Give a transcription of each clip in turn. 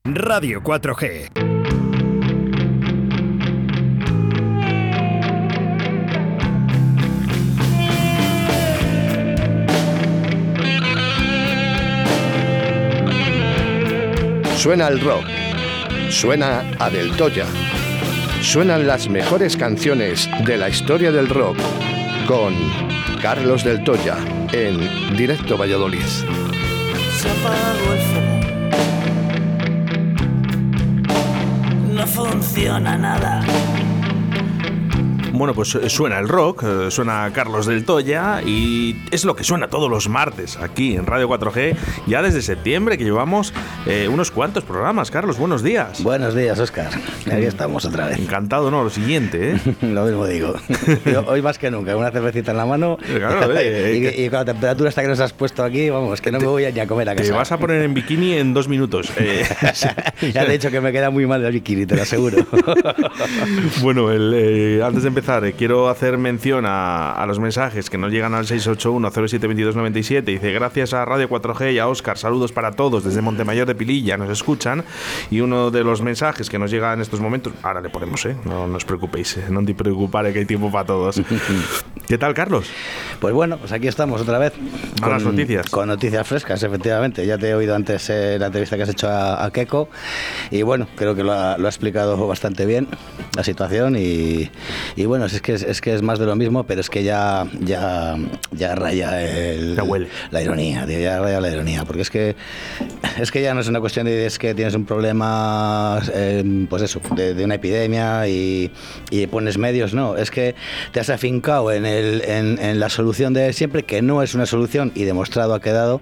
Radio 4G. Suena el rock, suena a Del Toya, suenan las mejores canciones de la historia del rock con Carlos Del Toya en Directo Valladolid. Se apagó el fuego. No funciona nada. Bueno, pues suena el rock, suena Carlos Del Toya y es lo que suena todos los martes aquí en Radio 4G, ya desde septiembre, que llevamos unos cuantos programas. Carlos, buenos días. Buenos días, Óscar. Aquí estamos otra vez. Encantado, ¿no? Lo siguiente, ¿eh? Lo mismo digo. Hoy más que nunca, una cervecita en la mano. Claro, y con la temperatura esta que nos has puesto aquí, vamos, que no me voy a ni a comer a casa. Te vas a poner en bikini en 2 minutos. Ya te he dicho que me queda muy mal el bikini, te lo aseguro. Bueno, antes de empezar, quiero hacer mención a los mensajes que nos llegan al 681-072297. Dice: gracias a Radio 4G y a Óscar, saludos para todos desde Montemayor de Pililla, nos escuchan. Y uno de los mensajes que nos llega en estos momentos, ahora le ponemos, no os preocupéis, no te preocupes, que hay tiempo para todos. ¿Qué tal, Carlos? Pues bueno, pues aquí estamos otra vez. Malas noticias. Con noticias frescas, efectivamente. Ya te he oído antes la entrevista que has hecho a Keiko. Y bueno, creo que lo ha explicado bastante bien la situación. Y bueno, es que es más de lo mismo, pero es que ya raya la ironía, tío, ya raya la ironía. Porque es que ya no es una cuestión de es que tienes un problema, pues eso, de una epidemia y pones medios. No, es que te has afincado en la solución de siempre, que no es una solución y demostrado ha quedado,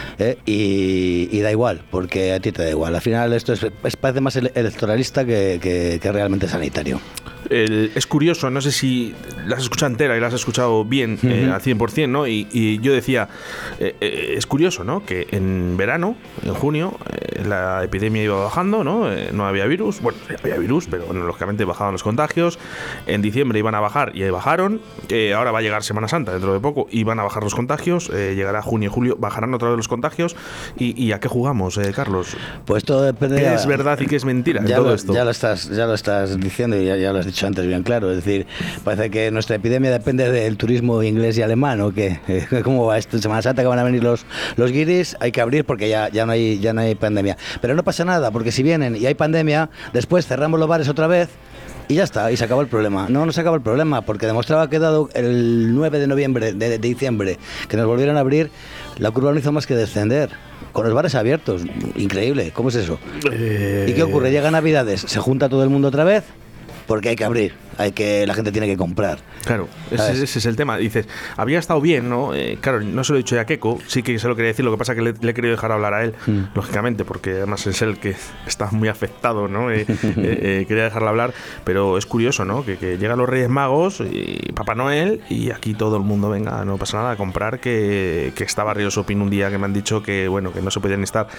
y da igual, porque a ti te da igual. Al final esto parece más electoralista que realmente sanitario. Es curioso, no sé si la has escuchado entera y la has escuchado bien, al 100%, ¿no? Y yo decía, es curioso, ¿no? Que en verano, en junio, la epidemia iba bajando, ¿no? No había virus, bueno, había virus, pero bueno, lógicamente bajaban los contagios. En diciembre iban a bajar y ahí bajaron. Ahora va a llegar Semana Santa dentro de poco y van a bajar los contagios. Llegará junio y julio, bajarán otra vez los contagios. ¿Y a qué jugamos, Carlos? Pues todo depende. ¿Qué es verdad y qué es mentira en todo esto? Ya lo estás diciendo y ya lo has dicho antes bien claro. Es decir, parece que nuestra epidemia depende del turismo inglés y alemán, ¿o qué? ¿Cómo va esto? Semana Santa, que van a venir los guiris, hay que abrir porque ya no hay pandemia. Pero no pasa nada, porque si vienen y hay pandemia, después cerramos los bares otra vez y ya está, y se acabó el problema. No se acabó el problema, porque demostraba que dado el 9 de noviembre, de diciembre, que nos volvieron a abrir, la curva no hizo más que descender. Con los bares abiertos, increíble, ¿cómo es eso? ¿Y qué ocurre? Llega Navidades, se junta todo el mundo otra vez, porque hay que abrir, la gente tiene que comprar. Claro, ese es el tema. Dices, había estado bien, ¿no? Claro, no se lo he dicho ya a Keiko, sí que se lo quería decir, lo que pasa es que le he querido dejar hablar a él, lógicamente, porque además es él que está muy afectado, ¿no? Quería dejarlo hablar, pero es curioso, ¿no? Que llegan los Reyes Magos y Papá Noel y aquí todo el mundo, venga, no pasa nada, a comprar, que estaba Río Shopping un día que me han dicho que, bueno, que no se podían estar.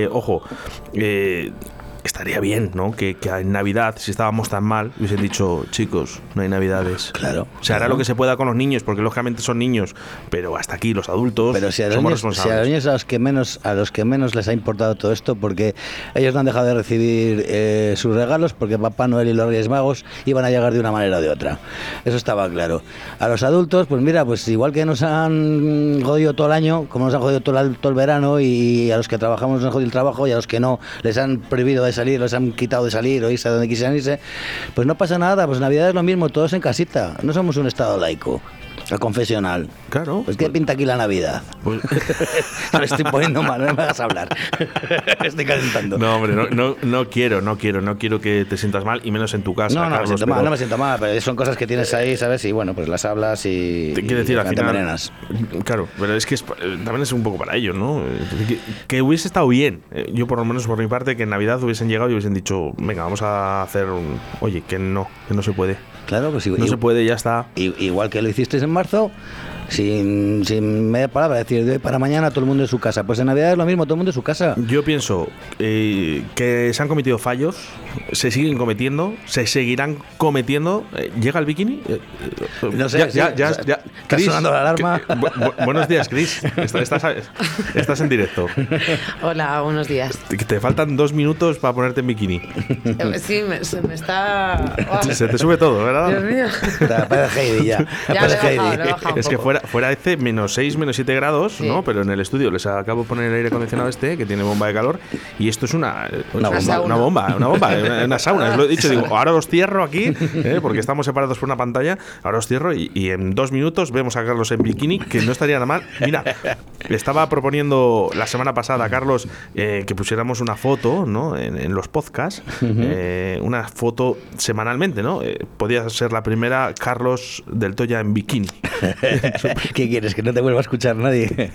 Estaría bien, ¿no? Que en Navidad, si estábamos tan mal, hubiesen dicho, chicos, no hay Navidades. Claro. Se hará lo que se pueda con los niños, porque lógicamente son niños, pero hasta aquí los adultos somos responsables. Si a los niños a los que menos les ha importado todo esto, porque ellos no han dejado de recibir sus regalos, porque Papá Noel y los Reyes Magos iban a llegar de una manera o de otra. Eso estaba claro. A los adultos, pues mira, pues igual que nos han jodido todo el año, como nos han jodido todo el verano, y a los que trabajamos nos han jodido el trabajo, y a los que no les han prohibido de salir, los han quitado de salir o irse a donde quisieran irse, pues no pasa nada, pues Navidad es lo mismo, todos en casita, no somos un estado laico. El confesional. Claro. Pues ¿qué pinta aquí la Navidad? Pues... Me estoy poniendo mal, no me hagas hablar. Estoy calentando. No, hombre, no quiero que te sientas mal, y menos en tu casa. No, Carlos, no me siento mal, pero son cosas que tienes ahí, ¿sabes? Y bueno, pues las hablas y... Te quiero decir, al final... Maneras. Claro, pero es que también es un poco para ellos, ¿no? Que hubiese estado bien. Yo, por lo menos por mi parte, que en Navidad hubiesen llegado y hubiesen dicho, venga, vamos a hacer que no se puede. Claro, pues no se puede, ya está. Igual que lo hicisteis en marzo, sin media palabra, decir, de hoy para mañana todo el mundo en su casa. Pues en Navidad es lo mismo, todo el mundo en su casa. Yo pienso que se han cometido fallos, se siguen cometiendo, se seguirán cometiendo. ¿Llega el bikini? No sé, ya, está Chris, sonando la alarma. Buenos días, Chris. Estás en directo. Hola, buenos días. Te faltan 2 minutos para ponerte en bikini. Sí, se me está... Oh, Se te sube todo, ¿verdad? Dios mío. Parece Heidi ya. Ya lo he bajado Es que un poco. fuera hace -6, -7 grados, Sí. ¿no? Pero en el estudio les acabo de poner el aire acondicionado que tiene bomba de calor, y esto es una bomba, una sauna. Lo he dicho, digo, ahora os cierro aquí, porque estamos separados por una pantalla, ahora os cierro y en 2 minutos vemos a Carlos en bikini, que no estaría nada mal. Mira, le estaba proponiendo la semana pasada a Carlos que pusiéramos una foto, ¿no? en los podcasts, una foto semanalmente, ¿no? Podía ser la primera, Carlos del Toya en bikini. ¿Qué quieres? ¿Que no te vuelva a escuchar nadie?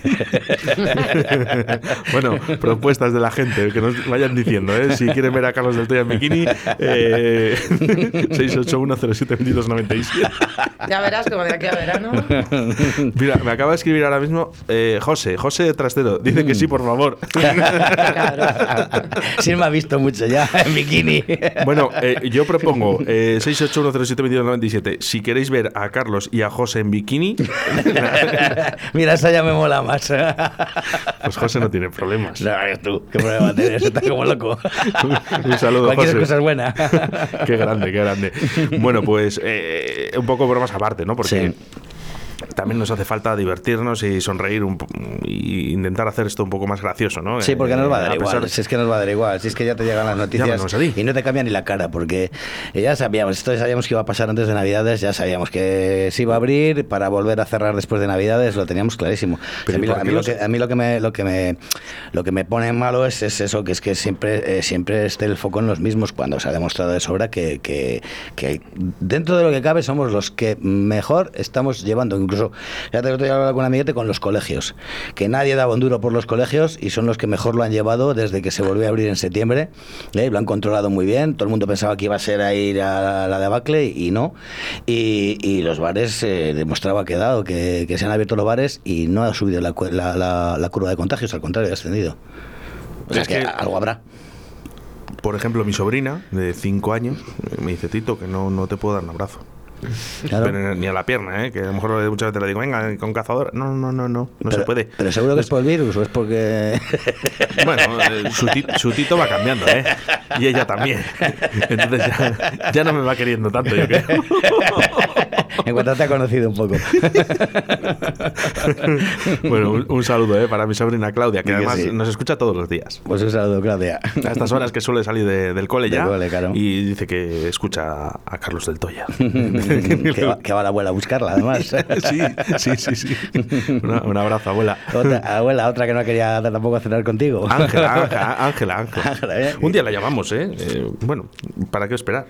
Bueno, propuestas de la gente, que nos vayan diciendo, si quieren ver a Carlos del Toya en bikini, 681072297. Ya verás como de aquí a verano. Mira, me acaba de escribir ahora mismo José Trastero, dice que sí, por favor. Sí, me ha visto mucho ya en bikini. Bueno, yo propongo 681072297. Si queréis ver a Carlos y a José en bikini, Mira, esa ya me mola más. pues José no tiene problemas. No, tú, qué problema tienes, estás como loco. Un saludo, Cualquier José. cosa es buena. Qué grande, qué grande. Bueno, pues un poco bromas aparte, ¿no? Porque también nos hace falta divertirnos y sonreír y intentar hacer esto un poco más gracioso, ¿no? Sí, porque nos va a dar a pesar igual. de- Si es que nos va a dar igual. Si es que ya te llegan las noticias Llámanos a ti. y no te cambia ni la cara, porque ya sabíamos, esto ya sabíamos que iba a pasar antes de Navidades, ya sabíamos que se iba a abrir para volver a cerrar después de Navidades, lo teníamos clarísimo. Pero A mí lo que me pone malo es eso, que es que siempre esté el foco en los mismos, cuando se ha demostrado de sobra que dentro de lo que cabe somos los que mejor estamos llevando. Incluso, ya te estoy hablando con un amiguete, con los colegios, que nadie daba un duro por los colegios y son los que mejor lo han llevado desde que se volvió a abrir en septiembre. Lo han controlado muy bien, todo el mundo pensaba que iba a ser a ir a la debacle y no. Y los bares demostraba que se han abierto los bares y no ha subido la curva de contagios, al contrario, ha ascendido. O sea, Es es que que- algo habrá. Por ejemplo, mi sobrina de 5 años me dice, Tito, que no te puedo dar un abrazo. Claro. Pero ni a la pierna, que a lo mejor muchas veces le digo, venga, con cazador. No se puede. Pero seguro que es por el virus o es porque... Bueno, su Tito va cambiando, y ella también. Entonces ya no me va queriendo tanto, yo creo. En cuanto te ha conocido un poco. Bueno, un saludo para mi sobrina Claudia, que Sí que además sí. nos escucha todos los días. Pues un saludo, Claudia. A estas horas que suele salir del cole Del ya. cole, claro. Y dice que escucha a Carlos del Toya. que va la abuela a buscarla, además. Sí. Un abrazo, abuela. Abuela, otra que no quería tampoco cenar contigo. Ángela. Ángela, Un día la llamamos, bueno, ¿para qué esperar?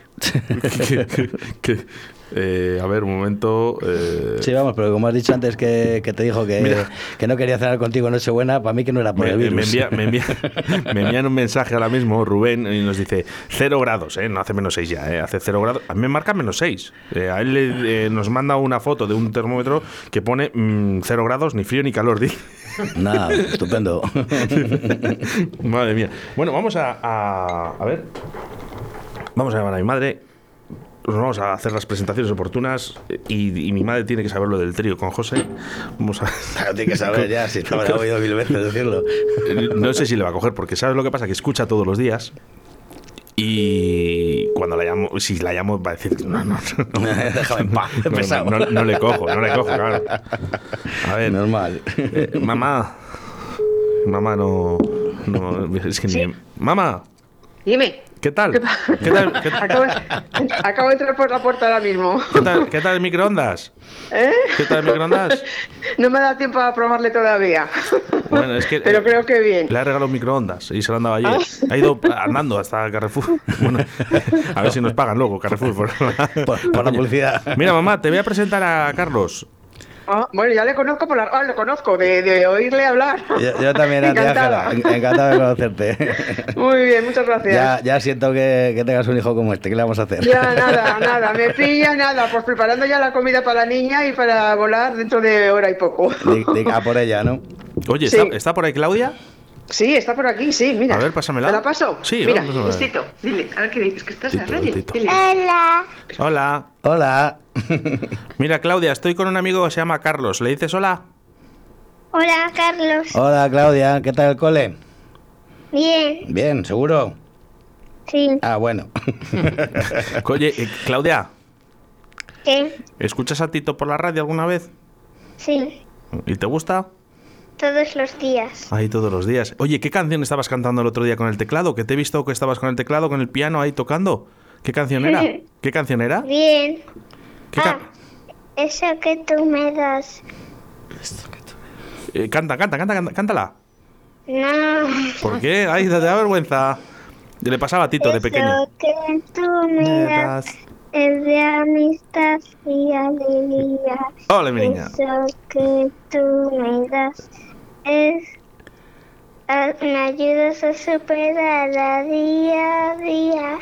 A ver, un momento. Sí, vamos, pero como has dicho antes que te dijo Mira. que no quería cenar contigo en Nochebuena, para mí que no era por el virus. Me envían un mensaje ahora mismo, Rubén, y nos dice 0 grados, no hace -6 ya, hace 0 grados. A mí me marca -6. A él nos manda una foto de un termómetro que pone 0 grados, ni frío ni calor, dice. Nada, estupendo. Madre mía. Bueno, vamos a ver. Vamos a llamar a mi madre. Nos vamos a hacer las presentaciones oportunas y mi madre tiene que saber lo del trío con José. Vamos a... Claro, tiene que saber ya, si te habrá oído 1000 veces decirlo. No sé si le va a coger, porque ¿sabes lo que pasa? Que escucha todos los días. Y cuando la llamo, si la llamo, va a decir, no. Déjame en paz, pesado. No le cojo, claro. A ver, Normal. Mamá, no, es que ni... Mamá, Dime. ¿qué tal? ¿Qué Acabo de entrar por la puerta ahora mismo. ¿Qué tal el microondas? ¿Eh? ¿Qué tal el microondas? No me da tiempo a probarle todavía. Bueno, es que Pero creo que bien. le ha regalado un microondas y se lo han dado ayer. Ha ido andando hasta Carrefour. Bueno, a ver si nos pagan luego Carrefour por Por la publicidad. Mira, mamá, te voy a presentar a Carlos. Bueno, ya le conozco lo conozco de oírle hablar. Yo también, Encantada. Ángela. Encantado de conocerte. Muy bien, muchas gracias. Ya siento que tengas un hijo como este. ¿Qué le vamos a hacer? Ya, nada, me pilla nada, pues preparando ya la comida para la niña y para volar dentro de hora y poco. A por ella, ¿no? Oye, Sí. ¿está por ahí Claudia? Sí, está por aquí, sí, mira. A ver, pásamela. ¿Te la paso? Sí, mira, vamos a ver. Tito, dile, a ver qué dices, que estás en la radio. Tito. Dile. Hola. Hola. Mira, Claudia, estoy con un amigo que se llama Carlos. ¿Le dices hola? Hola, Carlos. Hola, Claudia. ¿Qué tal el cole? Bien, Bien, ¿seguro? sí. Ah, bueno. Oye, Claudia, ¿Qué? ¿escuchas a Tito por la radio alguna vez? Sí, ¿Y te gusta? todos los días. Ahí todos los días. Oye, ¿qué canción estabas cantando el otro día con el teclado? Que te he visto que estabas con el teclado, con el piano ahí tocando. ¿Qué canción era? ¿Qué canción era? Bien. ¿Qué ca- Eso que tú me das. Cántala. No. ¿Por qué? Ay, te da vergüenza. Le pasaba a Tito de pequeño. Eso que tú me das es de amistad y alegría. Hola, mi niña. Eso que tú me das me ayudas a superar a día a día.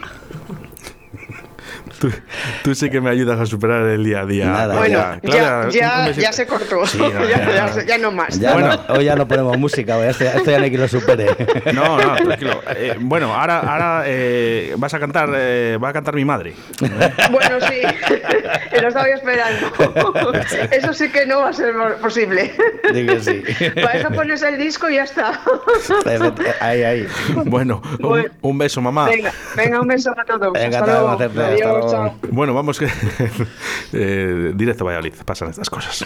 Tú sí que me ayudas a superar el día a día. Nada. Bueno, Claudia, ya se cortó. Sí, no, ya no más. Ya Bueno. hoy ya no ponemos música, esto ya no hay quien lo supere. No, tranquilo. Bueno, ahora va a cantar mi madre. Bueno, sí, lo estaba yo esperando. Eso sí que no va a ser posible. Digo que sí. Para eso pones el disco y ya está. Ahí. Bueno, un beso, mamá. Venga, un beso a todos. Venga, Hasta luego. hacerte. Hasta Adiós, luego. chao. Bueno, vamos que directo a Valladolid, pasan estas cosas.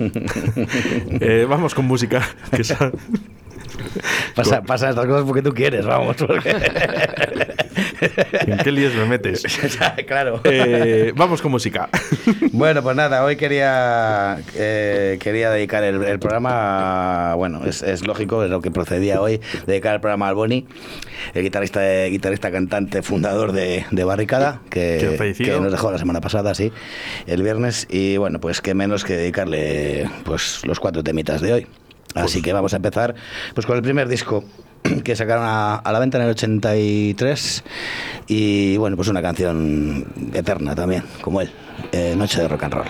Vamos con música. Que Pasa estas cosas porque tú quieres, vamos. ¿En qué líos me metes? Claro. Vamos con música. Bueno, pues nada, hoy quería dedicar el programa, bueno, es lógico, es lo que procedía hoy, dedicar el programa al Boni, el guitarrista cantante, fundador de Barricada, Que ha fallecido. que nos dejó la semana pasada, sí, el viernes, y bueno, pues qué menos que dedicarle pues los 4 temitas de hoy. Así que vamos a empezar pues con el primer disco que sacaron a la venta en el 83 y bueno, pues una canción eterna también, como él, Noche de Rock and Roll.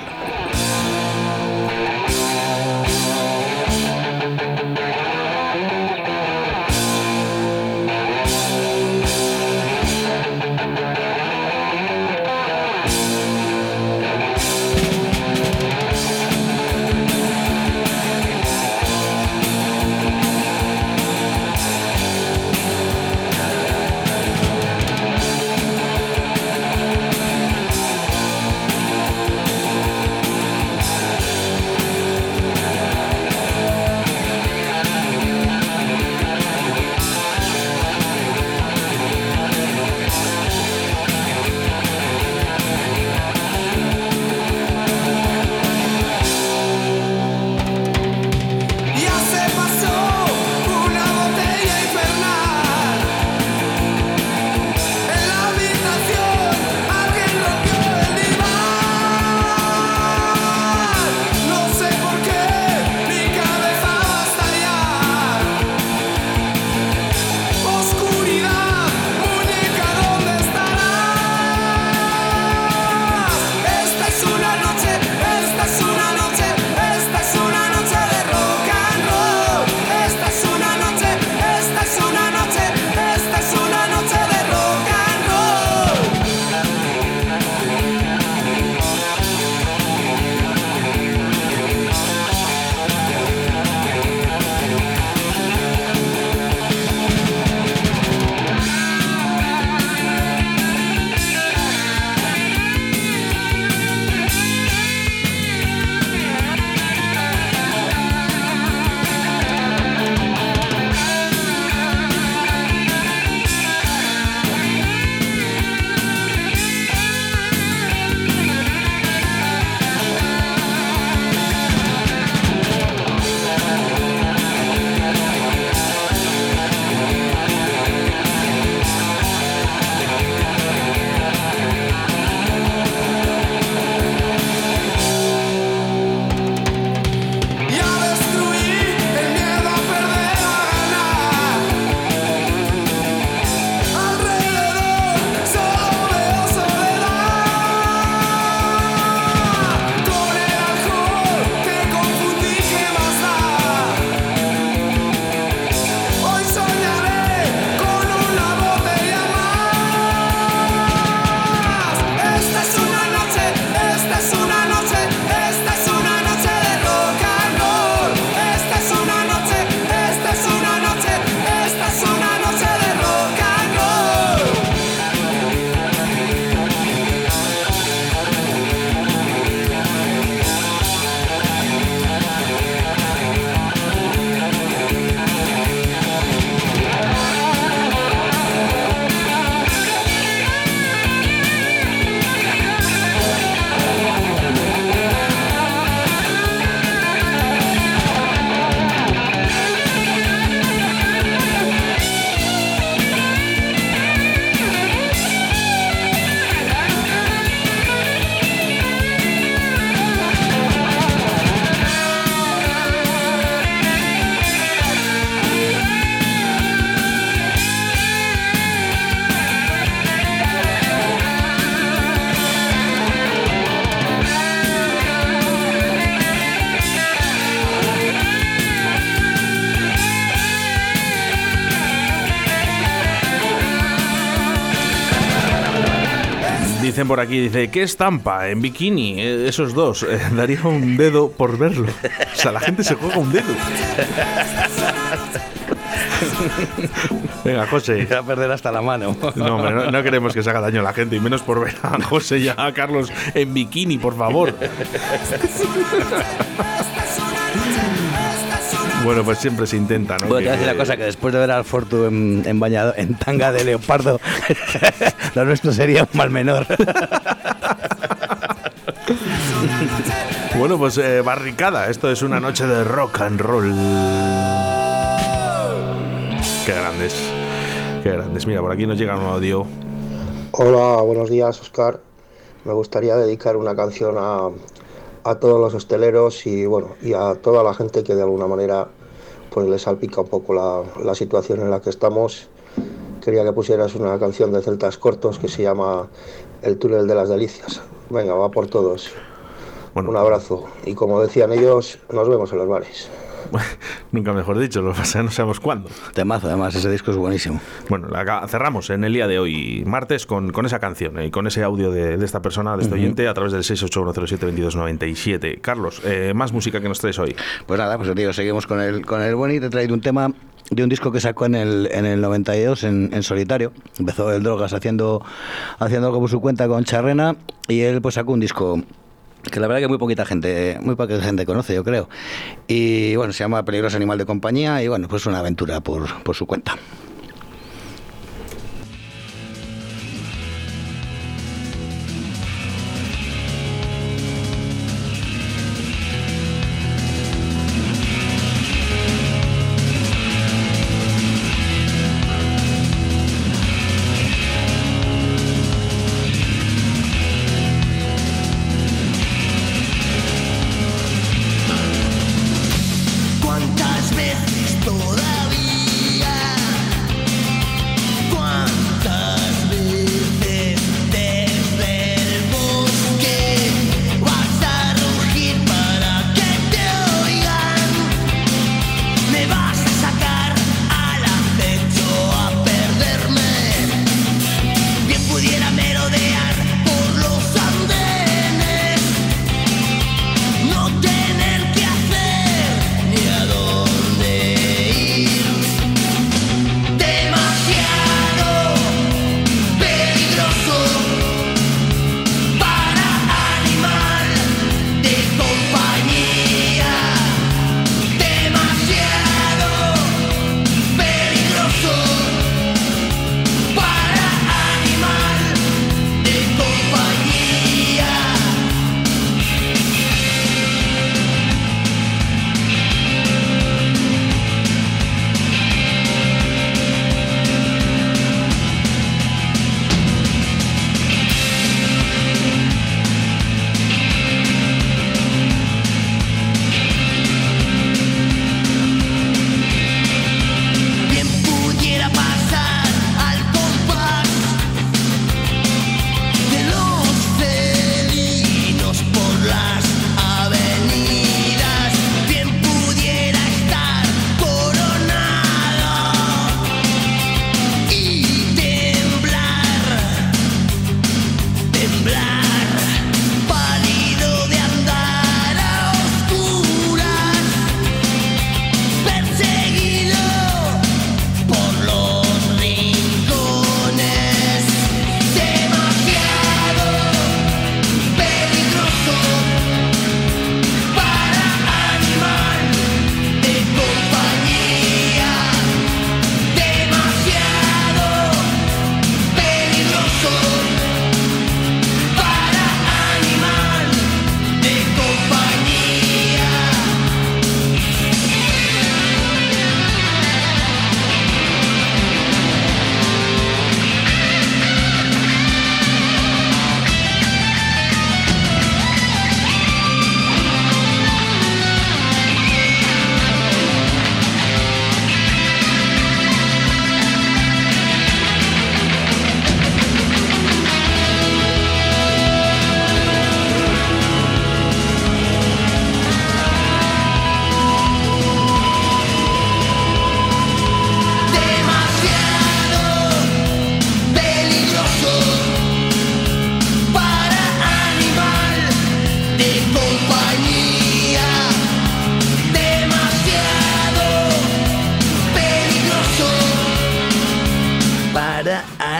Dicen por aquí, dice, ¿qué estampa? En bikini, esos dos. Daría un dedo por verlo. O sea, la gente se juega un dedo. Venga, José. Va a perder hasta la mano. No, hombre, no queremos que se haga daño a la gente, y menos por ver a José y a Carlos en bikini, por favor. Bueno, pues siempre se intenta, ¿no? Bueno, te voy a decir la cosa, que después de ver al Fortu en bañado, en tanga de leopardo, lo nuestro sería un mal menor. Bueno, pues barricada. Esto es una noche de rock and roll. Qué grandes. Qué grandes. Mira, por aquí nos llega un audio. Hola, buenos días, Óscar. Me gustaría dedicar una canción a todos los hosteleros y bueno, y a toda la gente que de alguna manera pues le salpica un poco la situación en la que estamos. Quería que pusieras una canción de Celtas Cortos que se llama El túnel de las delicias. Venga, va por todos. Bueno, un abrazo y como decían ellos, nos vemos en los bares. Nunca mejor dicho, lo que pasa es que no sabemos cuándo. Temazo, además, ese disco es buenísimo. Bueno, cerramos en el día de hoy, martes, con esa canción y con ese audio de esta persona, de este oyente, a través del 681072297. Carlos, más música que nos traes hoy. Pues nada, pues digo, seguimos con el Boni. Te he traído un tema de un disco que sacó en el 92 en solitario. Empezó el Drogas haciendo algo por su cuenta con Charrena, y él pues sacó un disco que la verdad que muy poquita gente conoce, yo creo. Y bueno, se llama Peligroso Animal de Compañía, y bueno, pues una aventura por su cuenta. ¿Cuántas veces todavía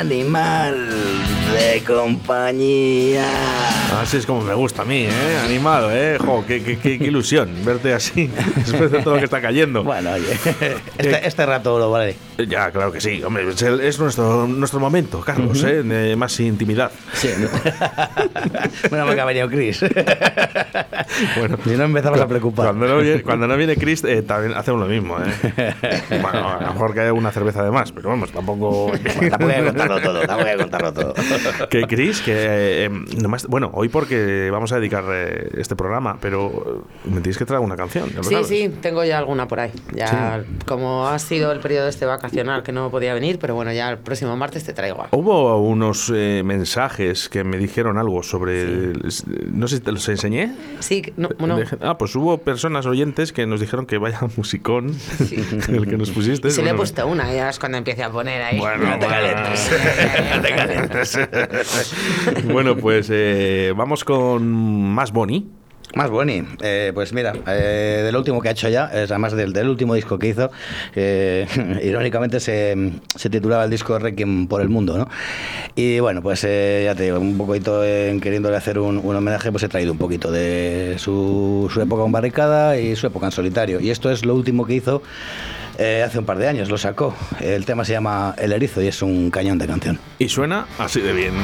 animal de compañía. Así es como me gusta a mí, animado, jo, qué ilusión verte así después de todo lo que está cayendo. Bueno, oye, este rato lo vale. Ya, claro que sí, hombre, es nuestro momento, Carlos, de más intimidad. Sí. Bueno, me ha venido Chris. Bueno, si no empezamos a preocupar. Cuando no viene Chris, también hacemos lo mismo, Bueno, a lo mejor que haya una cerveza de más, pero vamos, tampoco voy a contarlo todo. Que Chris, que nomás, bueno, hoy porque vamos a dedicar este programa, pero me tienes que traer una canción. Sí, tengo ya alguna por ahí. Ya, sí. Como ha sido el periodo este vacacional que no podía venir, pero bueno, ya el próximo martes te traigo algo. Hubo unos mensajes que me dijeron algo sobre... Sí. No sé si te los enseñé. Sí, no. Pues hubo personas oyentes que nos dijeron que vaya musicón, sí. El que nos pusiste. Se le he puesto una, ya es cuando empiece a poner ahí. Bueno, no te calientes. No te calientes. Bueno, pues vamos con Más Bonnie. Más Bonnie, pues mira, del último que ha hecho ya, además del último disco que hizo, irónicamente se titulaba el disco Requiem por el Mundo, ¿no? Y bueno, pues ya te digo, un poquito queriéndole hacer un homenaje, pues he traído un poquito de su época en barricada y su época en solitario. Y esto es lo último que hizo hace un par de años, lo sacó. El tema se llama El Erizo y es un cañón de canción. Y suena así de bien.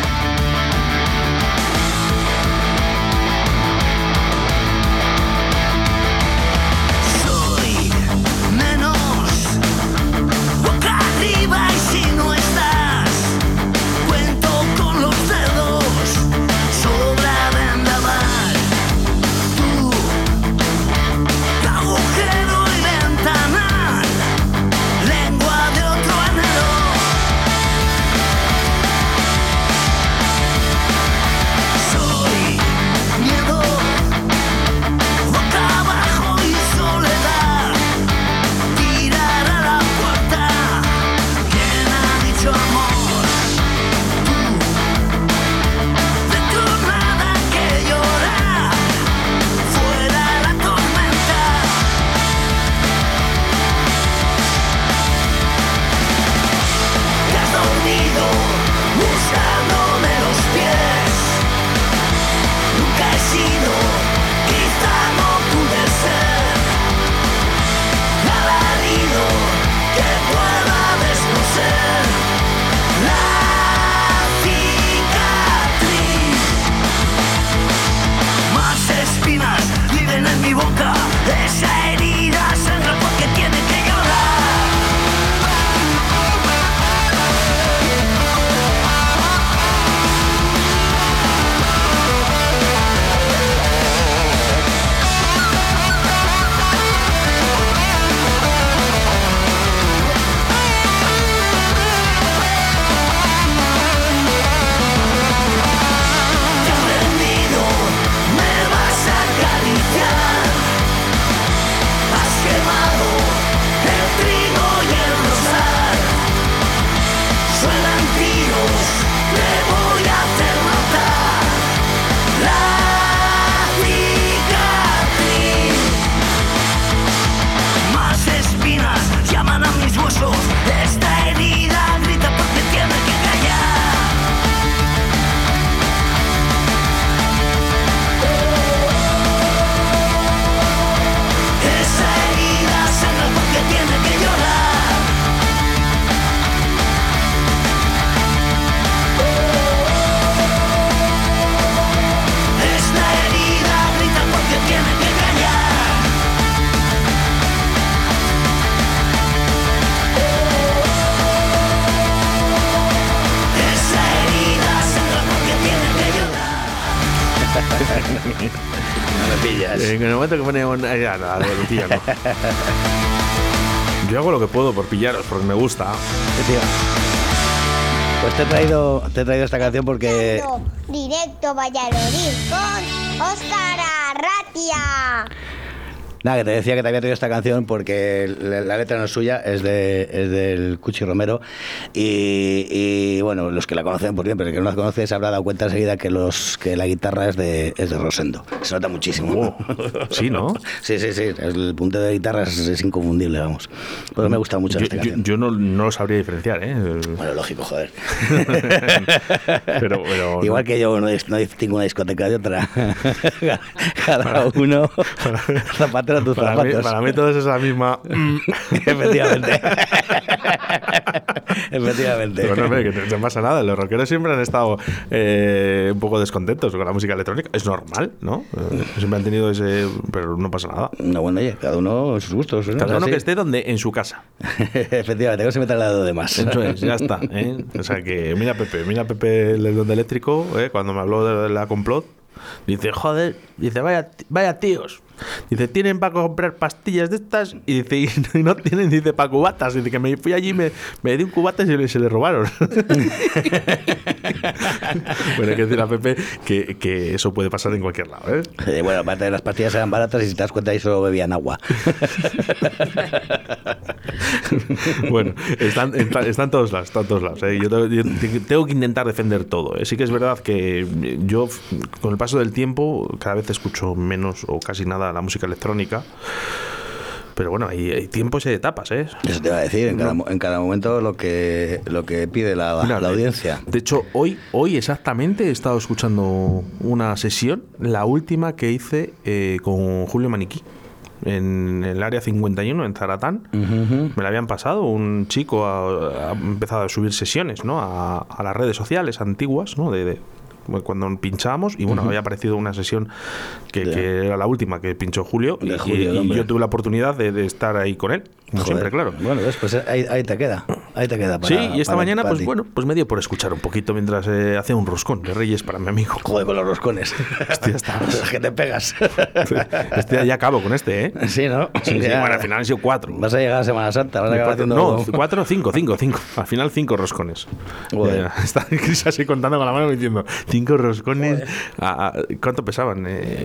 No me pillas. En el momento que pone ya, nada, Lucía, no. Yo hago lo que puedo por pillaros, porque me gusta. Sí, tío. Pues te he traído esta canción porque... Directo Valladolid con Óscar Arratia. Nada, que te decía que te había traído esta canción porque la letra no es suya, es del Cuchi Romero y bueno, los que la conocen, por bien, pero el que no la conoce se habrá dado cuenta enseguida que la guitarra es de Rosendo. Se nota muchísimo. Sí, ¿no? Sí, el punteo de guitarra es inconfundible, vamos. Pues me gusta mucho esta canción. Yo no lo sabría diferenciar, ¿eh? Bueno, lógico, joder. pero igual que yo no distingo una discoteca de otra. Cada uno zapatero a tus zapatos. Para mí todo es esa misma. Efectivamente. Pero no, que no pasa nada. Los rockeros siempre han estado un poco descontentos con la música electrónica. Es normal, ¿no? Siempre han tenido ese... Pero no pasa nada. No, bueno, oye, cada uno sus gustos, ¿no? Cada uno que esté donde en su casa. Efectivamente, no se meta al lado de más. Eso es, ya está, ¿eh? O sea que mira Pepe el Don Eléctrico, cuando me habló de la complot, dice, joder, dice, vaya tíos. Dice, tienen para comprar pastillas de estas y dice, y no tienen, dice, para cubatas. Dice que me fui allí, me di un cubata y se le robaron. Bueno, hay que decir a Pepe que eso puede pasar en cualquier lado, ¿eh? Bueno, aparte de las pastillas eran baratas y si te das cuenta ahí solo bebían agua. Bueno, están todos lados, ¿eh? Yo tengo que intentar defender todo, ¿eh? Sí que es verdad que yo, con el paso del tiempo, cada vez escucho menos o casi nada la música electrónica. Pero bueno, hay tiempos y hay etapas, ¿eh? Eso te iba a decir, en cada momento lo que pide la audiencia. De hecho, hoy exactamente he estado escuchando una sesión, la última que hice con Julio Maniquí, en el área 51, en Zaratán. Me la habían pasado. Un chico ha empezado a subir sesiones, ¿no? a las redes sociales antiguas, ¿no? Cuando pinchábamos y bueno, había aparecido una sesión que era la última que pinchó Julio y yo tuve la oportunidad de estar ahí con él, como siempre, claro. Bueno, pues ahí te queda para, sí, y esta mañana pues bueno, pues me dio por escuchar un poquito mientras hacía un roscón de Reyes para mi amigo. Joder, con los roscones. Hostia, está. Que te pegas. Ya acabo con este, ¿eh? Sí, ¿no? Sí, bueno, al final han sido 4. Vas a llegar a Semana Santa, vas a acabar haciendo... No, 4 o 5. Al final 5 roscones. Está Cris así contando con la mano diciendo 5 roscones. ¿Cuánto pesaban?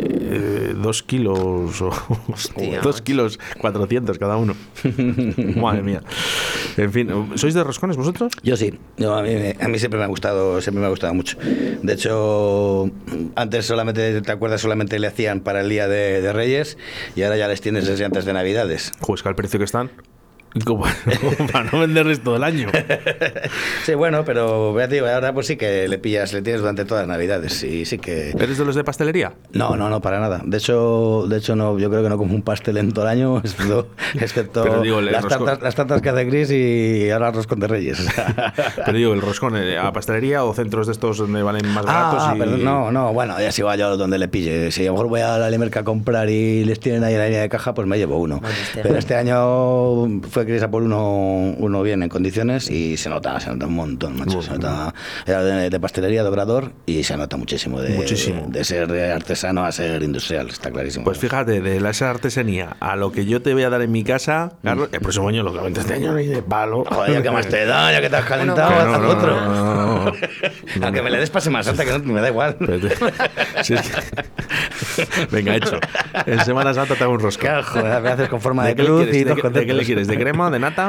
2 kilos o 2 kilos 400 cada uno. Madre mía. En fin, ¿sois de roscones vosotros? Yo sí. A mí siempre me ha gustado mucho. De hecho, antes solamente le hacían para el día de Reyes y ahora ya les tienes desde antes de Navidades. Pues que al precio que están. Como para no venderles todo el año. Sí, bueno, pero ahora pues sí que le tienes durante todas las Navidades y sí que... ¿Eres de los de pastelería? No, para nada. De hecho no, yo creo que no como un pastel en todo el año, excepto las tartas que hace Chris y ahora el roscón de Reyes. Pero digo, el roscón a pastelería o centros de estos donde valen más baratos. Pero no, bueno, ya si voy yo donde le pille. Si a lo mejor voy a la Limerca a comprar y les tienen ahí en la línea de caja, pues me llevo uno. Pero este año fue Chris a por uno bien en condiciones y se nota un montón, macho. Se nota, era de pastelería, de obrador y se nota muchísimo de ser artesano a ser industrial, está clarísimo. Pues fíjate, de esa artesanía a lo que yo te voy a dar en mi casa, Carlos, el próximo año, lógicamente este año ni de palo. Joder, ¿qué más te da? Ya que te has calentado, haz otro. Aunque me le des pase más alta, que no me da igual. Si es que... Venga, hecho. En Semana Santa te hago un roscón. Joder, me haces con forma de cruz y dos ¿De qué le quieres? ¿De crema? ¿De nata?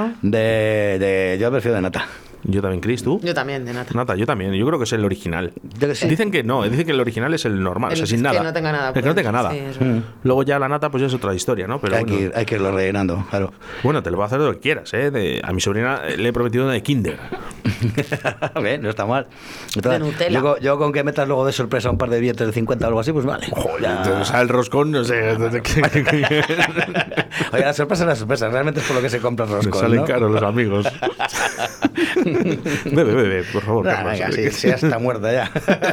Yo prefiero de nata. Yo también, Chris, ¿tú? Yo también, de nata. Yo también. Yo creo que es el original. Sí. Dicen que no, dicen que el original es el normal, o sea, sin nada. Que no tenga nada. Que no tenga nada. Sí, luego ya la nata pues es otra historia, ¿no? Pero hay que irlo rellenando, claro. Bueno, te lo voy a hacer lo que quieras, ¿eh? A mi sobrina le he prometido una de Kinder. Bien, no está mal. De Nutella. Yo con que metas luego de sorpresa un par de billetes de 50 o algo así, pues vale. Joder, o sea, el roscón, no sé. Oye, la sorpresa es la sorpresa. Realmente es por lo que se compra el roscón, salen caros los amigos. Bebe, por favor, Carlos. Venga, sí, ya está muerta ya.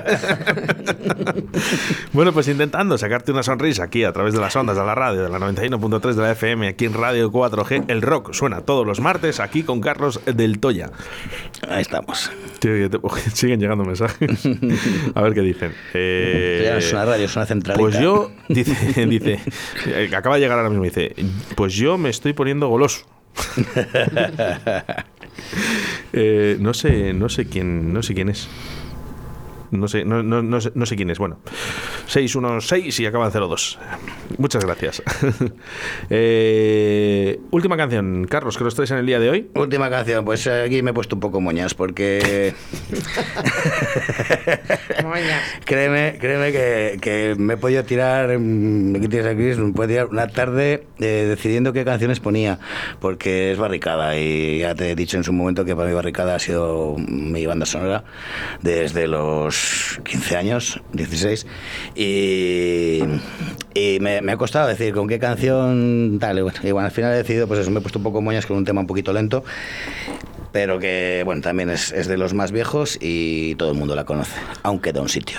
Bueno, pues intentando sacarte una sonrisa aquí a través de las ondas de la radio, de la 91.3 de la FM, aquí en Radio 4G. El rock suena todos los martes aquí con Carlos del Toya. Ahí estamos. Siguen llegando mensajes. A ver qué dicen. Ya es una radio, es una centralita. Pues yo, dice, acaba de llegar ahora mismo, dice, pues yo me estoy poniendo goloso. No sé quién es. No sé quién es. Bueno, 616 y acaba en 02. Muchas gracias. Última canción, Carlos, que nos traes en el día de hoy. Última canción, pues aquí me he puesto un poco moñas porque créeme que me he podido tirar, me puedo tirar una tarde decidiendo qué canciones ponía, porque es Barricada, y ya te he dicho en su momento que para mí Barricada ha sido mi banda sonora desde los 15 años, 16, y me ha costado decir con qué canción tal, y bueno, al final he decidido, pues eso, me he puesto un poco moñas con un tema un poquito lento, pero que bueno, también es de los más viejos y todo el mundo la conoce, aunque da un sitio.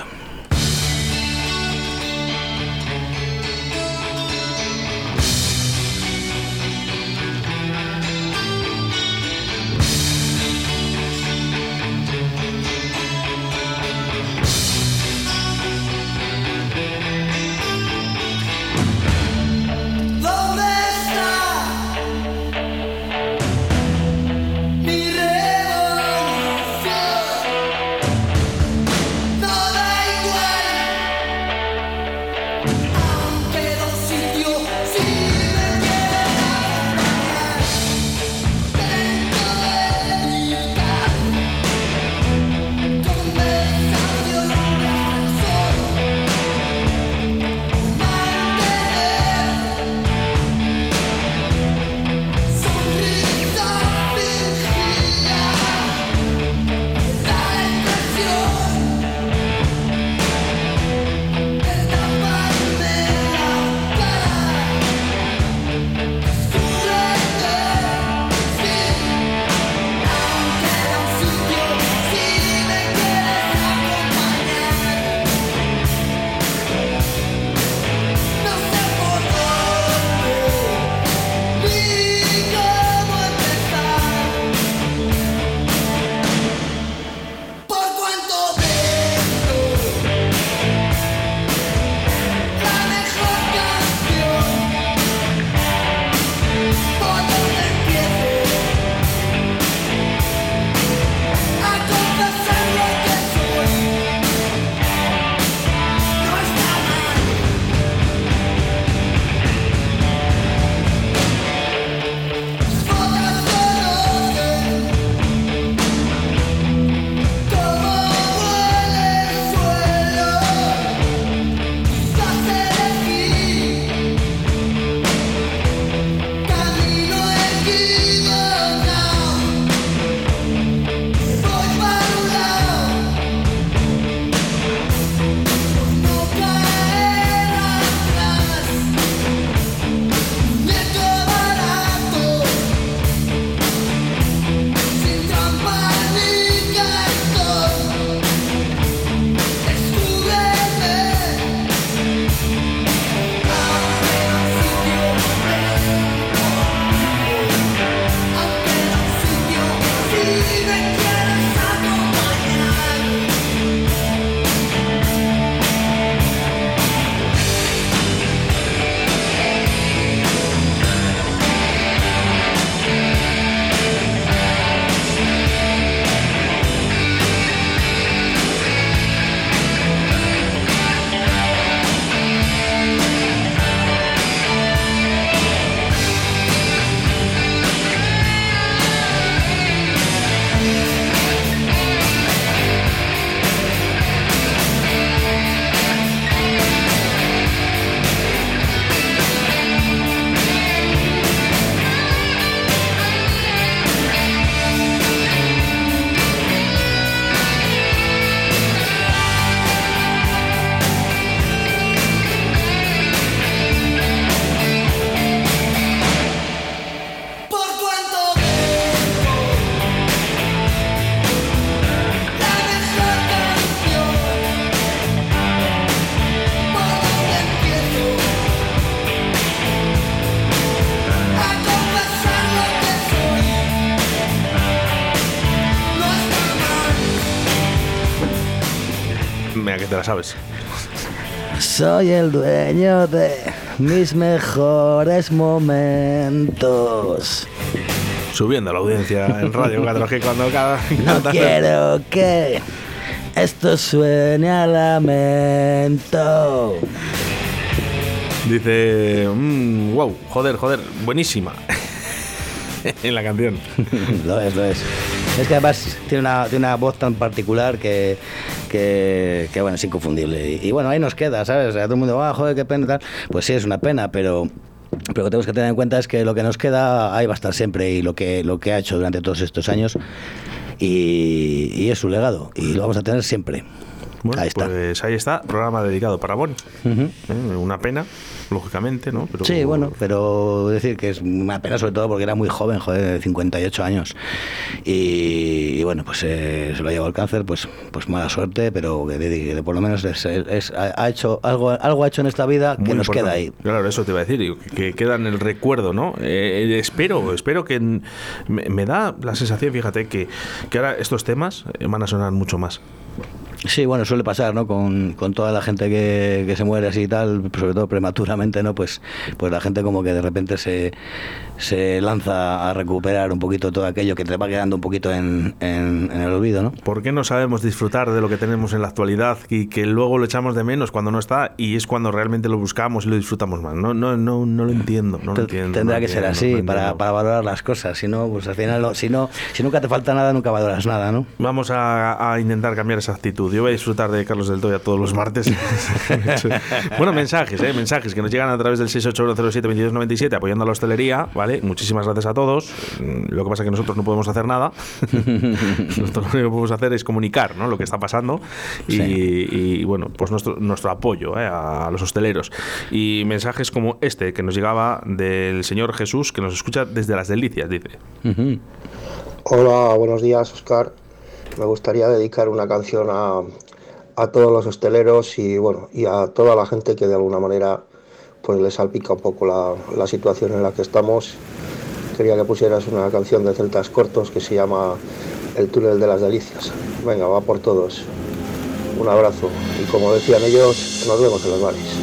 Mira que te la sabes. Soy el dueño de mis mejores momentos. Subiendo la audiencia en Radio 4G cuando cada... No quiero que Esto suena a lamento. Dice, wow, joder, buenísima. En la canción. Lo es. Es que además tiene una voz tan particular que bueno, es inconfundible. Y bueno, ahí nos queda, ¿sabes? O sea, todo el mundo, joder, qué pena y tal. Pues sí, es una pena, pero lo que tenemos que tener en cuenta es que lo que nos queda ahí va a estar siempre, y lo que ha hecho durante todos estos años, y es su legado, y lo vamos a tener siempre. Bueno, ahí está. Pues ahí está, programa dedicado para Boni. Una pena, lógicamente, ¿no? Pero... Sí, bueno, pero decir que es una pena, sobre todo porque era muy joven, de 58 años. Y bueno, pues se lo ha llevado el cáncer, pues mala suerte, pero que por lo menos ha hecho algo ha hecho en esta vida que muy nos importante. queda ahí. Claro, eso te iba a decir, que queda en el recuerdo, ¿no? Espero que... Me da la sensación, fíjate, que ahora estos temas van a sonar mucho más. Sí, bueno, suele pasar, ¿no? Con toda la gente que se muere así y tal, sobre todo prematuramente, ¿no? Pues la gente como que de repente se lanza a recuperar un poquito todo aquello que te va quedando un poquito en el olvido, ¿no? ¿Por qué no sabemos disfrutar de lo que tenemos en la actualidad y que luego lo echamos de menos cuando no está, y es cuando realmente lo buscamos y lo disfrutamos más? No lo entiendo. Tendrá que ser así para valorar las cosas. Si no, pues al final, si nunca te falta nada, nunca valoras nada, ¿no? Vamos a intentar cambiar esa actitud. Yo voy a disfrutar de Carlos del Toya todos los martes. Bueno, mensajes que nos llegan a través del 681072297 apoyando a la hostelería, ¿vale? Muchísimas gracias a todos. Lo que pasa es que nosotros no podemos hacer nada. Nosotros lo único que podemos hacer es comunicar, ¿no?, lo que está pasando. Sí. Y bueno, pues nuestro apoyo a los hosteleros. Y mensajes como este que nos llegaba del señor Jesús, que nos escucha desde Las Delicias, dice. Hola, buenos días, Óscar. Me gustaría dedicar una canción a todos los hosteleros y bueno, y a toda la gente que de alguna manera pues les salpica un poco la situación en la que estamos. Quería que pusieras una canción de Celtas Cortos que se llama El túnel de las delicias. Venga, va por todos. Un abrazo y como decían ellos, nos vemos en los bares.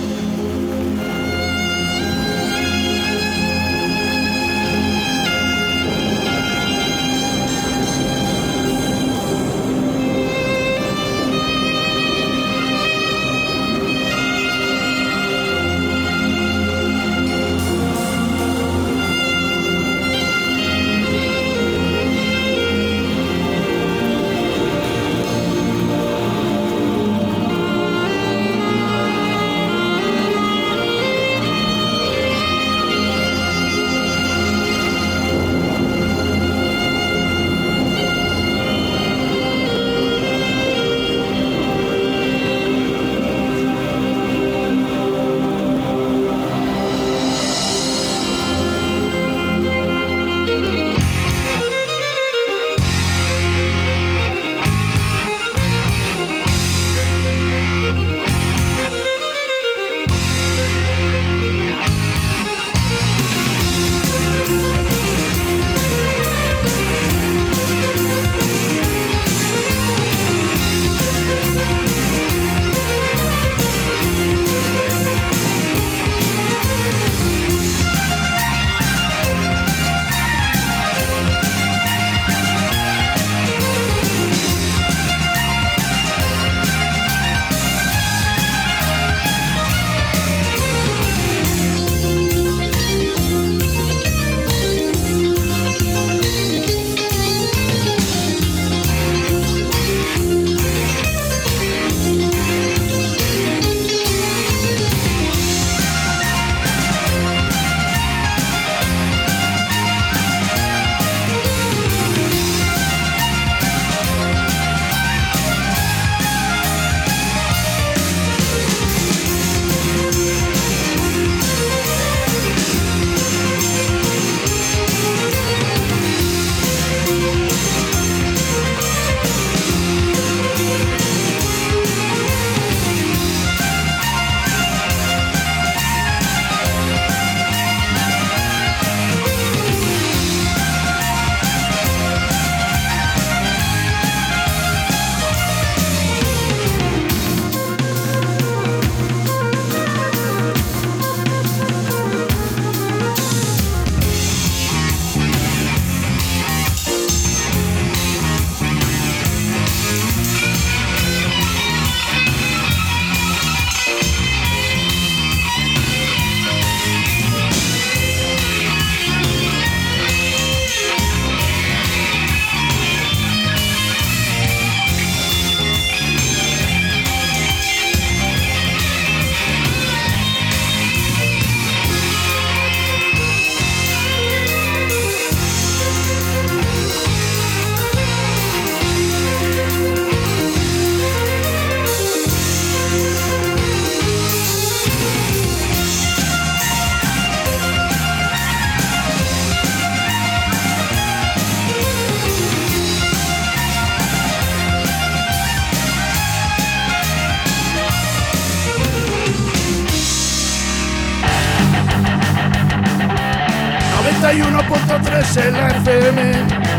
91.3 en la FM.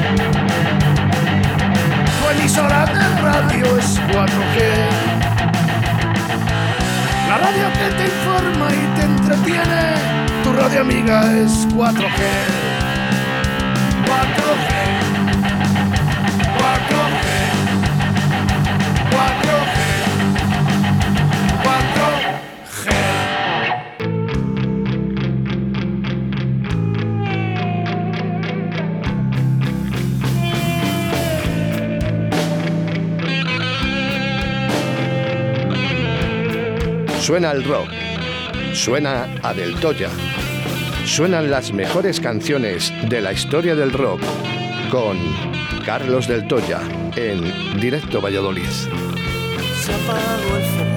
Tu emisora de radio es 4G. La radio que te informa y te entretiene. Tu radio amiga es 4G. 4G. 4G. 4G. 4G. Suena el rock, suena a Del Toya, suenan las mejores canciones de la historia del rock con Carlos Del Toya en Directo Valladolid. Se apagó el fuego.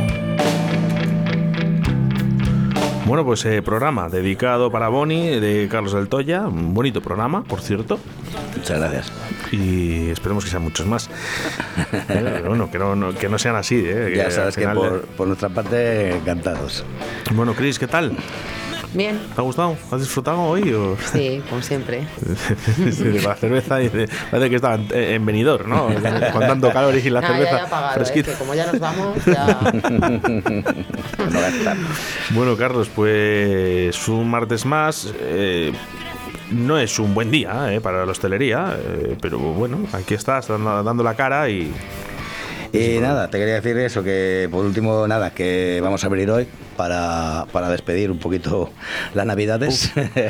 Bueno, pues programa dedicado para Boni de Carlos Del Toya, un bonito programa, por cierto. Muchas gracias. Y esperemos que sean muchos más. Pero bueno, que no sean así. Ya sabes que por nuestra parte, encantados. Bueno, Cris, ¿qué tal? Bien. ¿Te ha gustado? ¿Has disfrutado hoy? O? Sí, como siempre. De la cerveza, parece que estaban en Benidorm, ¿no? Con tanto calor y la cerveza ya apagado, fresquita. que como ya nos vamos, ya... Bueno, Carlos, pues un martes más. No es un buen día para la hostelería, pero bueno, aquí estás dando la cara y nada, te quería decir eso, que por último, nada, que vamos a abrir hoy para despedir un poquito las navidades.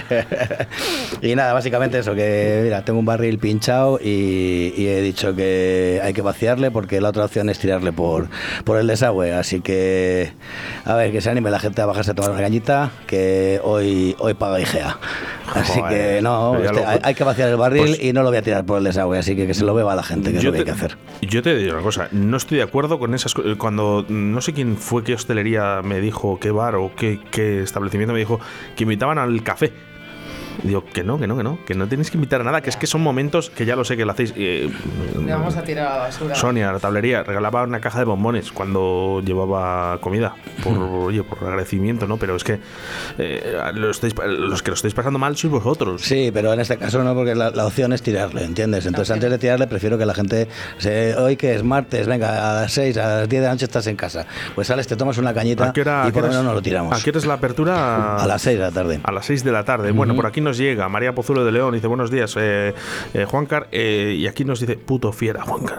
Y nada, básicamente eso, que mira, tengo un barril pinchado y he dicho que hay que vaciarle porque la otra opción es tirarle por el desagüe, así que a ver, que se anime la gente a bajarse a tomar una cañita, que hoy paga IGEA. Así que no, hay que vaciar el barril pues, y no lo voy a tirar por el desagüe, así que se lo beba a la gente, que es lo que hay que hacer. Yo te digo una cosa, no estoy de acuerdo con esas cosas. Cuando no sé quién fue, qué hostelería me dijo, qué bar o qué establecimiento me dijo que invitaban al café. Digo, que no tenéis que invitar a nada, que es que son momentos que ya lo sé que lo hacéis. Le vamos a tirar a la basura. Sonia, la tablería, regalaba una caja de bombones cuando llevaba comida, por agradecimiento, ¿no? Pero es que los que lo estáis pasando mal sois vosotros. Sí, pero en este caso no, porque la opción es tirarle, ¿entiendes? Entonces antes de tirarle prefiero que la gente, hoy que es martes, venga, a las 6, a las 10 de la noche estás en casa. Pues sales, te tomas una cañita y por lo menos no lo tiramos. ¿A qué hora es la apertura? A las 6 de la tarde. A las 6 de la tarde. Bueno, por aquí nos llega María Pozuelo de León, dice buenos días, Juancar, y aquí nos dice puto fiera, Juancar.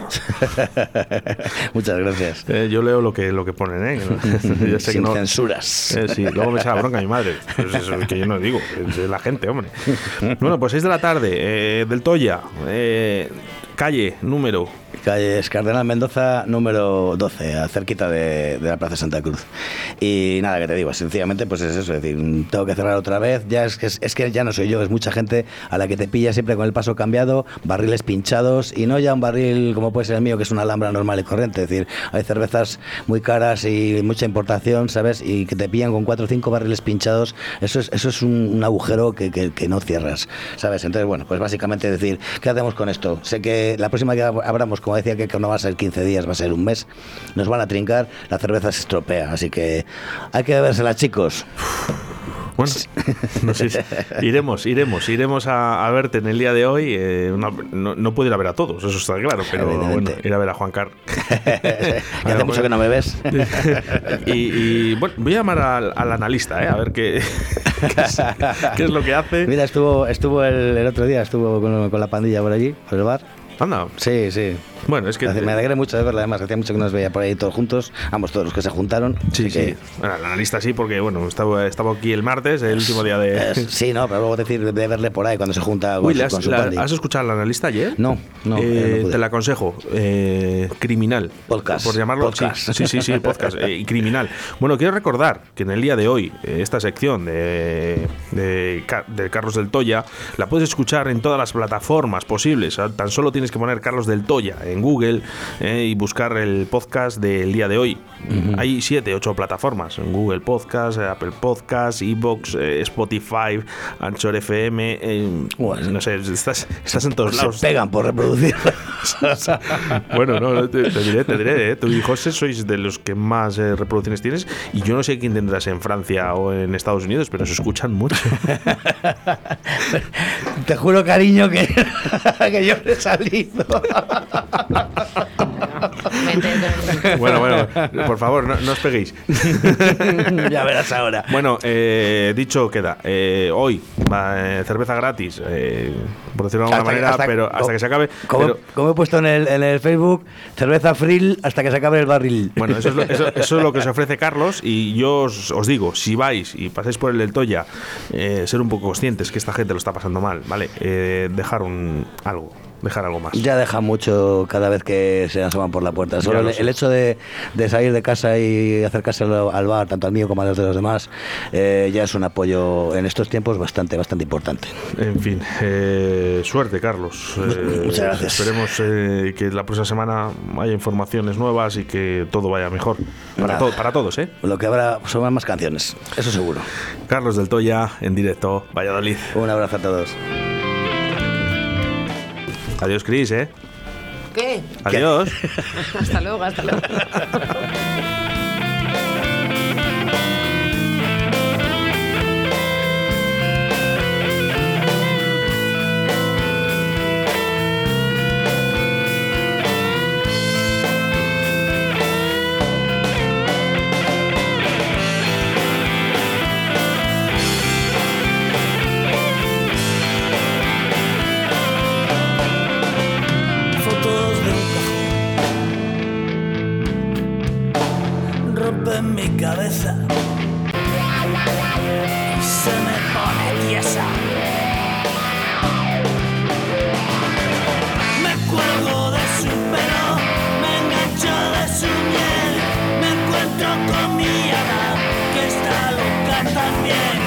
Muchas gracias. Yo leo lo que ponen, yo sé sin que no, censuras. Sí, luego me echa la bronca mi madre. Pues eso es que yo no digo, es de la gente, hombre. Bueno, pues 6 de la tarde, Del Toya, calle, número. Calle Cardenal Mendoza, número 12, cerquita de la Plaza Santa Cruz. Y nada, que te digo, sencillamente pues es eso, es decir, tengo que cerrar otra vez, ya es que ya no soy yo, es mucha gente a la que te pilla siempre con el paso cambiado, barriles pinchados, y no ya un barril como puede ser el mío, que es una alhambra normal y corriente, es decir, hay cervezas muy caras y mucha importación, ¿sabes? Y que te pillan con 4 o 5 barriles pinchados, eso es un agujero que no cierras, ¿sabes? Entonces, bueno, pues básicamente decir, ¿qué hacemos con esto? Sé que la próxima que abramos, como decía, que no va a ser 15 días, va a ser un mes, nos van a trincar, la cerveza se estropea, así que hay que bebérsela, chicos. Bueno, no sé, iremos a verte en el día de hoy. No puedo ir a ver a todos, eso está claro, pero bueno, ir a ver a Juan Carlos. Ya hace mucho que no me ves. Y bueno, voy a llamar al analista, a ver qué es lo que hace. Mira, estuvo el otro día, estuvo con la pandilla por allí, por el bar. Anda. Sí. Bueno, es que me alegré mucho de verla, además, hacía mucho que nos veía por ahí todos juntos, todos los que se juntaron. Sí. Bueno, el analista sí, porque bueno, estaba aquí el martes, el último día de... Sí, no, pero luego decir de verle por ahí cuando se junta con su pandilla. ¿Has escuchado al analista ayer? No, no te la aconsejo. Criminal. Podcast. Por llamarlo. Podcast. Sí, podcast. Criminal. Bueno, quiero recordar que en el día de hoy, esta sección de Carlos Del Toya, la puedes escuchar en todas las plataformas posibles. Tan solo tienes que poner Carlos Del Toya en Google y buscar el podcast del día de hoy. Hay 7, 8 plataformas: en Google Podcast, Apple Podcast, iVoox, Spotify, Anchor FM. No sé, estás en todos lados. Se pegan por reproducir. Bueno, no, te diré. Tú y José sois de los que más reproducciones tienes, y yo no sé quién tendrás en Francia o en Estados Unidos, pero se escuchan mucho. Te juro, cariño, que yo he salido. Bueno, por favor, no os peguéis. Ya verás ahora. Bueno, dicho queda. Hoy cerveza gratis, por decirlo de alguna manera, pero hasta que se acabe. Como he puesto en el Facebook, cerveza free hasta que se acabe el barril. Bueno, eso es lo que os ofrece Carlos, y yo os digo, si vais y pasáis por el del Toya, ser un poco conscientes que esta gente lo está pasando mal, ¿vale? Dejar algo más. Ya deja mucho cada vez que se asoman por la puerta. Solo el hecho de salir de casa y acercarse al bar, tanto al mío como a los de los demás, ya es un apoyo en estos tiempos bastante importante. En fin, suerte, Carlos. Muchas gracias. Esperemos que la próxima semana haya informaciones nuevas y que todo vaya mejor. Para todos, ¿eh? Lo que habrá son más canciones, eso seguro. Carlos del Toya, en directo, Valladolid. Un abrazo a todos. Adiós, Cris, ¿eh? ¿Qué? Adiós. Hasta luego. En mi cabeza y se me pone tiesa. Me cuelgo de su pelo, me engancho de su miel, me encuentro con mi hada que está loca también.